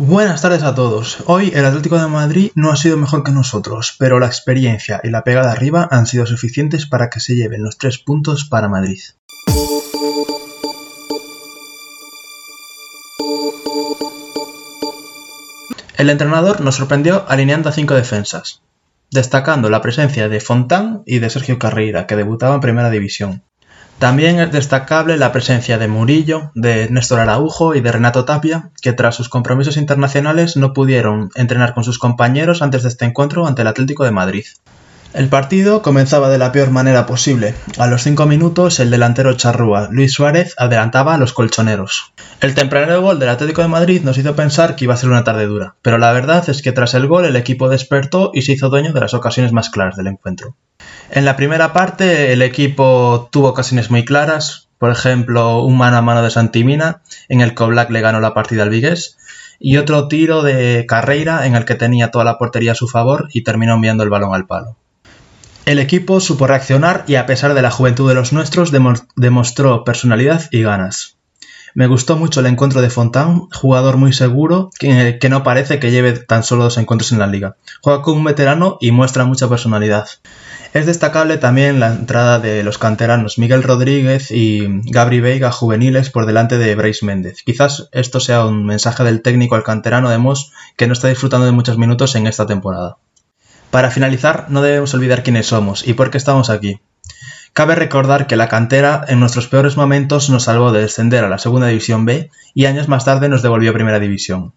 Buenas tardes a todos. Hoy el Atlético de Madrid no ha sido mejor que nosotros, pero la experiencia y la pegada arriba han sido suficientes para que se lleven los 3 puntos para Madrid. El entrenador nos sorprendió alineando a 5 defensas, destacando la presencia de Fontán y de Sergio Carreira, que debutaba en Primera División. También es destacable la presencia de Murillo, de Néstor Araujo y de Renato Tapia, que tras sus compromisos internacionales no pudieron entrenar con sus compañeros antes de este encuentro ante el Atlético de Madrid. El partido comenzaba de la peor manera posible. A los 5 minutos, el delantero charrúa Luis Suárez adelantaba a los colchoneros. El tempranero gol del Atlético de Madrid nos hizo pensar que iba a ser una tarde dura, pero la verdad es que tras el gol el equipo despertó y se hizo dueño de las ocasiones más claras del encuentro. En la primera parte el equipo tuvo ocasiones muy claras, por ejemplo un mano a mano de Santi Mina en el que Oblak le ganó la partida al Vigués y otro tiro de Carreira en el que tenía toda la portería a su favor y terminó enviando el balón al palo. El equipo supo reaccionar y a pesar de la juventud de los nuestros demostró personalidad y ganas. Me gustó mucho el encuentro de Fontán, jugador muy seguro que no parece que lleve tan solo 2 encuentros en la liga. Juega como un veterano y muestra mucha personalidad. Es destacable también la entrada de los canteranos Miguel Rodríguez y Gabri Veiga juveniles por delante de Brais Méndez. Quizás esto sea un mensaje del técnico al canterano de Mos que no está disfrutando de muchos minutos en esta temporada. Para finalizar, no debemos olvidar quiénes somos y por qué estamos aquí. Cabe recordar que la cantera en nuestros peores momentos nos salvó de descender a la Segunda División B y años más tarde nos devolvió a Primera División.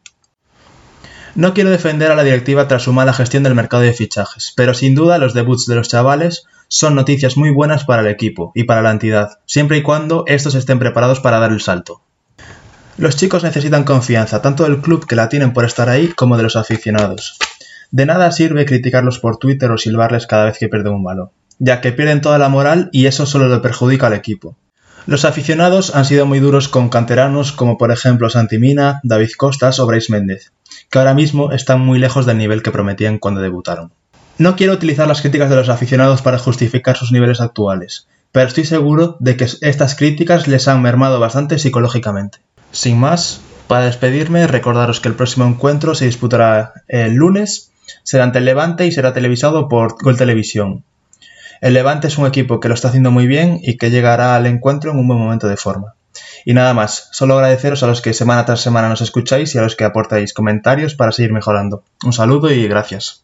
No quiero defender a la directiva tras su mala gestión del mercado de fichajes, pero sin duda los debuts de los chavales son noticias muy buenas para el equipo y para la entidad, siempre y cuando estos estén preparados para dar el salto. Los chicos necesitan confianza, tanto del club que la tienen por estar ahí como de los aficionados. De nada sirve criticarlos por Twitter o silbarles cada vez que pierden un balón, ya que pierden toda la moral y eso solo le perjudica al equipo. Los aficionados han sido muy duros con canteranos como por ejemplo Santi Mina, David Costas o Brais Méndez, que ahora mismo están muy lejos del nivel que prometían cuando debutaron. No quiero utilizar las críticas de los aficionados para justificar sus niveles actuales, pero estoy seguro de que estas críticas les han mermado bastante psicológicamente. Sin más, para despedirme, recordaros que el próximo encuentro se disputará el lunes, será ante el Levante y será televisado por Gol Televisión. El Levante es un equipo que lo está haciendo muy bien y que llegará al encuentro en un buen momento de forma. Y nada más, solo agradeceros a los que semana tras semana nos escucháis y a los que aportáis comentarios para seguir mejorando. Un saludo y gracias.